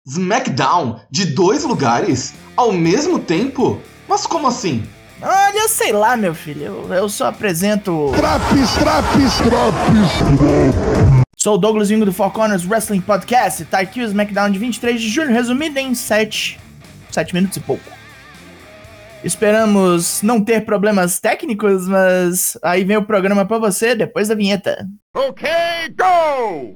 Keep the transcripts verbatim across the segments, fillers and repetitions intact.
SmackDown de dois lugares ao mesmo tempo? Mas como assim? Olha, eu sei lá, meu filho. Eu, eu só apresento... Traps, traps, traps. Sou o Douglas Vingo do Four Corners Wrestling Podcast. Tá aqui o SmackDown de vinte e três de julho, resumido em sete, sete minutos e pouco. Esperamos não ter problemas técnicos, mas aí vem o programa pra você depois da vinheta. Ok, go!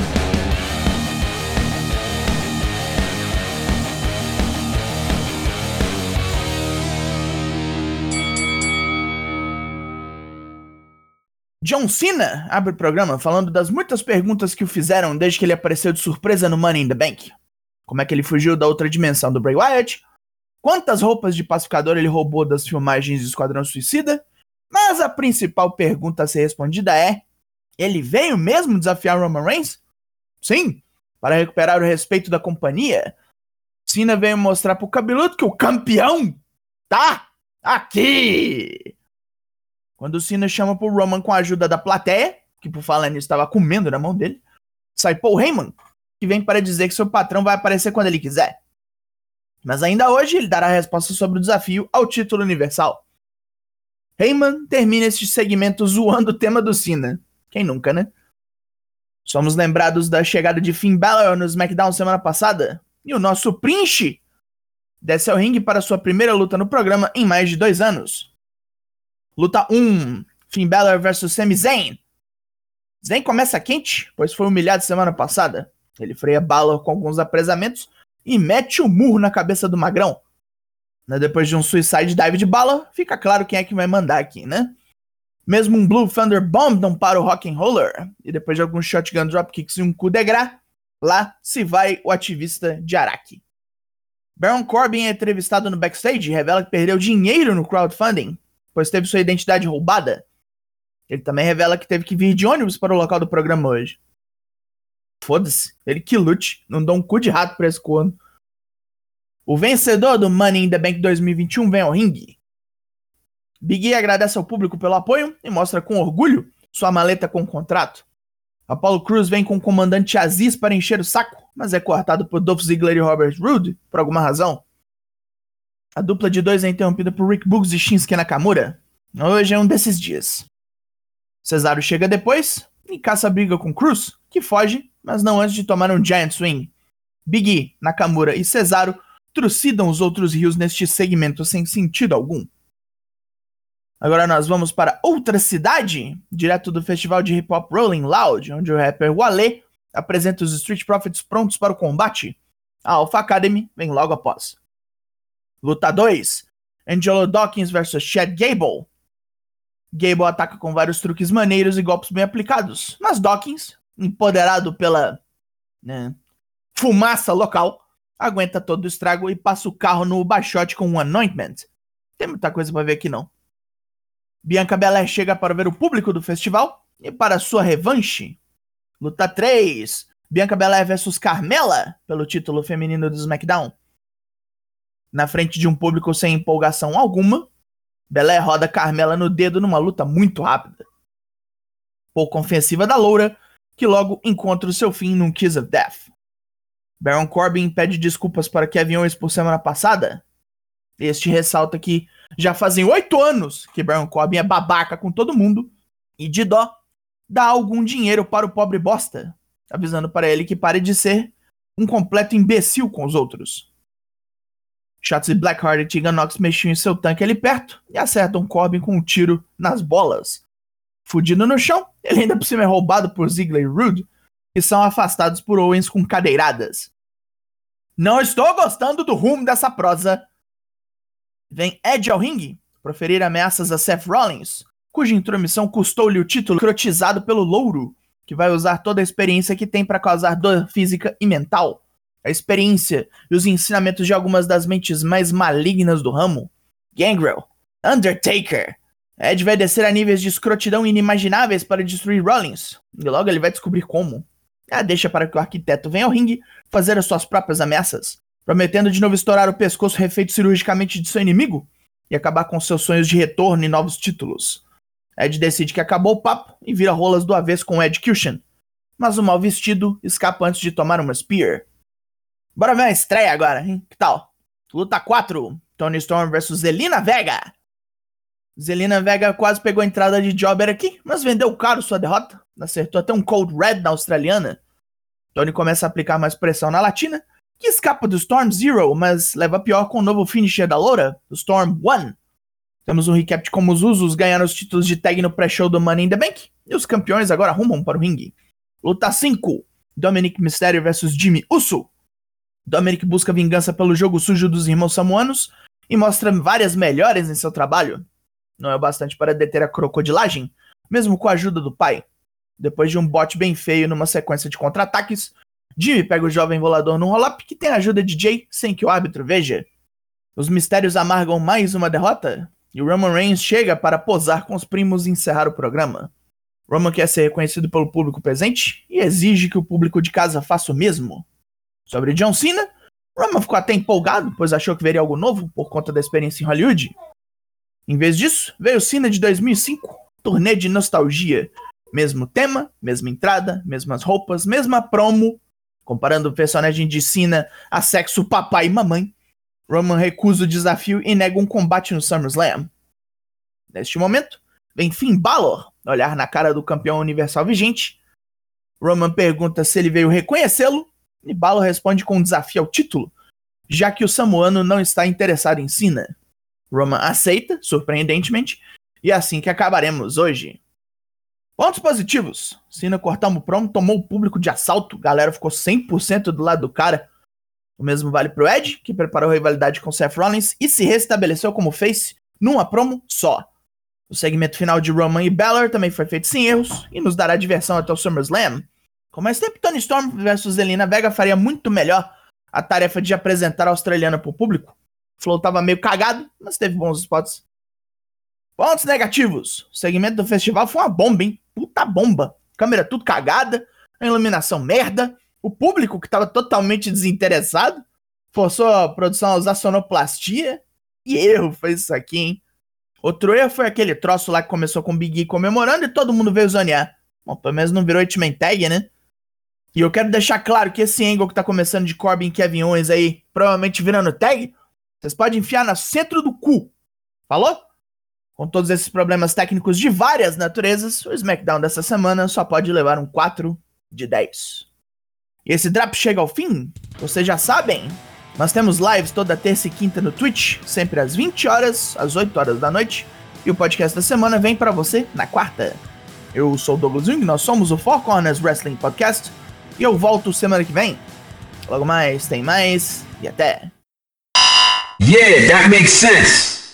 John Cena abre o programa falando das muitas perguntas que o fizeram desde que ele apareceu de surpresa no Money in the Bank. Como é que ele fugiu da outra dimensão do Bray Wyatt? Quantas roupas de pacificador ele roubou das filmagens de Esquadrão Suicida? Mas a principal pergunta a ser respondida é: ele veio mesmo desafiar Roman Reigns? Sim, para recuperar o respeito da companhia. Cena veio mostrar pro cabeludo que o campeão tá aqui! Quando o Cena chama pro Roman com a ajuda da plateia, que por falar nisso estava comendo na mão dele, sai Paul Heyman, que vem para dizer que seu patrão vai aparecer quando ele quiser. Mas ainda hoje ele dará a resposta sobre o desafio ao título universal. Heyman termina este segmento zoando o tema do Cena. Quem nunca, né? Somos lembrados da chegada de Finn Balor no SmackDown semana passada, e o nosso Prince desce ao ringue para sua primeira luta no programa em mais de dois anos. Luta um, Finn Balor versus Sami Zayn. Zayn começa quente, pois foi humilhado semana passada. Ele freia Balor com alguns apresamentos e mete o murro na cabeça do magrão. Depois de um Suicide Dive de Balor, fica claro quem é que vai mandar aqui, né? Mesmo um Blue Thunder Bomb não para o Rock'n'Roller, e depois de alguns Shotgun Dropkicks e um coup de grace, lá se vai o ativista de Araki. Baron Corbin é entrevistado no backstage e revela que perdeu dinheiro no crowdfunding, pois teve sua identidade roubada. Ele também revela que teve que vir de ônibus para o local do programa hoje. Foda-se, ele que lute, não dá um cu de rato pra esse corno. O vencedor do Money in the Bank dois mil e vinte e um vem ao ringue. Big E agradece ao público pelo apoio e mostra com orgulho sua maleta com o contrato. Apollo Crews vem com o comandante Aziz para encher o saco, mas é cortado por Dolph Ziggler e Robert Roode por alguma razão. A dupla de dois é interrompida por Rick Boogs e Shinsuke Nakamura. Hoje é um desses dias. Cesaro chega depois e caça a briga com Cruz, que foge, mas não antes de tomar um Giant Swing. Big E, Nakamura e Cesaro trucidam os outros rios neste segmento sem sentido algum. Agora nós vamos para outra cidade, direto do festival de hip hop Rolling Loud, onde o rapper Wale apresenta os Street Profits prontos para o combate. A Alpha Academy vem logo após. Luta dois, Angelo Dawkins versus Chad Gable. Gable ataca com vários truques maneiros e golpes bem aplicados, mas Dawkins, empoderado pela né, fumaça local, aguenta todo o estrago e passa o carro no baixote com um anointment. Tem muita coisa pra ver aqui não. Bianca Belair chega para ver o público do festival e para sua revanche. Luta três, Bianca Belair versus Carmella pelo título feminino do SmackDown. Na frente de um público sem empolgação alguma, Belair roda Carmella no dedo numa luta muito rápida. Pouco ofensiva da loura, que logo encontra o seu fim num Kiss of Death. Baron Corbin pede desculpas para Kevin Owens por semana passada. Este ressalta que já fazem oito anos que Baron Corbin é babaca com todo mundo e de dó dá algum dinheiro para o pobre bosta, avisando para ele que pare de ser um completo imbecil com os outros. Shotzi Blackheart e Tegan Nox mexiam em seu tanque ali perto e acertam Corbin com um tiro nas bolas. Fudido no chão, ele ainda por cima é roubado por Ziggler e Roode, que são afastados por Owens com cadeiradas. Não estou gostando do rumo dessa prosa. Vem Edge ao ringue proferir ameaças a Seth Rollins, cuja intromissão custou-lhe o título crotizado pelo louro, que vai usar toda a experiência que tem para causar dor física e mental. A experiência e os ensinamentos de algumas das mentes mais malignas do ramo. Gangrel, Undertaker. Edge vai descer a níveis de escrotidão inimagináveis para destruir Rollins, e logo ele vai descobrir como. Ah, deixa para que o arquiteto venha ao ringue fazer as suas próprias ameaças, prometendo de novo estourar o pescoço refeito cirurgicamente de seu inimigo e acabar com seus sonhos de retorno e novos títulos. Edge decide que acabou o papo e vira rolas do avesso com Execution, mas o mal vestido escapa antes de tomar uma Spear. Bora ver a estreia agora, hein? Que tal? Luta quatro. Toni Storm versus Zelina Vega. Zelina Vega quase pegou a entrada de Jobber aqui, mas vendeu caro sua derrota. Acertou até um Cold Red na australiana. Toni começa a aplicar mais pressão na latina, que escapa do Storm Zero, mas leva pior com o novo finisher da loura, o Storm One. Temos um recap de como os Usos ganharam os títulos de tag no pré-show do Money in the Bank, e os campeões agora rumam para o ringue. Luta cinco. Dominic Mysterio versus Jimmy Uso. Dominic busca vingança pelo jogo sujo dos irmãos samoanos e mostra várias melhores em seu trabalho. Não é o bastante para deter a crocodilagem, mesmo com a ajuda do pai. Depois de um bote bem feio numa sequência de contra-ataques, Jimmy pega o jovem volador num roll-up que tem a ajuda de Jay sem que o árbitro veja. Os mistérios amargam mais uma derrota e o Roman Reigns chega para posar com os primos e encerrar o programa. Roman quer ser reconhecido pelo público presente e exige que o público de casa faça o mesmo. Sobre John Cena, Roman ficou até empolgado, pois achou que veria algo novo por conta da experiência em Hollywood. Em vez disso, veio Cena de dois mil e cinco, turnê de nostalgia. Mesmo tema, mesma entrada, mesmas roupas, mesma promo. Comparando o personagem de Cena a sexo papai e mamãe, Roman recusa o desafio e nega um combate no SummerSlam. Neste momento, vem Finn Balor olhar na cara do campeão universal vigente. Roman pergunta se ele veio reconhecê-lo, e Balor responde com um desafio ao título, já que o samoano não está interessado em Cena. Roman aceita, surpreendentemente, e é assim que acabaremos hoje. Pontos positivos. Cena cortando o promo, tomou o público de assalto, a galera ficou cem por cento do lado do cara. O mesmo vale pro Edge, que preparou a rivalidade com Seth Rollins e se restabeleceu como face numa promo só. O segmento final de Roman e Balor também foi feito sem erros e nos dará diversão até o SummerSlam. Com mais tempo, Toni Storm versus Zelina Vega faria muito melhor a tarefa de apresentar a australiana pro público. O flow tava meio cagado, mas teve bons spots. Pontos negativos. O segmento do festival foi uma bomba, hein? Puta bomba. Câmera tudo cagada, a iluminação merda, o público que tava totalmente desinteressado, forçou a produção a usar sonoplastia. E erro foi isso aqui, hein? Outro erro foi aquele troço lá que começou com o Big E comemorando e todo mundo veio zonear. Bom, pelo menos não virou Hitman Tag, né? E eu quero deixar claro que esse angle que tá começando de Corbin e Kevin Owens aí, provavelmente virando tag, vocês podem enfiar no centro do cu. Falou? Com todos esses problemas técnicos de várias naturezas, o SmackDown dessa semana só pode levar um quatro de dez. E esse drop chega ao fim? Vocês já sabem? Nós temos lives toda terça e quinta no Twitch, sempre às vinte horas, às oito horas da noite, e o podcast da semana vem pra você na quarta. Eu sou o Douglas Jung, nós somos o Four Corners Wrestling Podcast, e eu volto semana que vem. Logo mais, tem mais, e até! Yeah, that makes sense.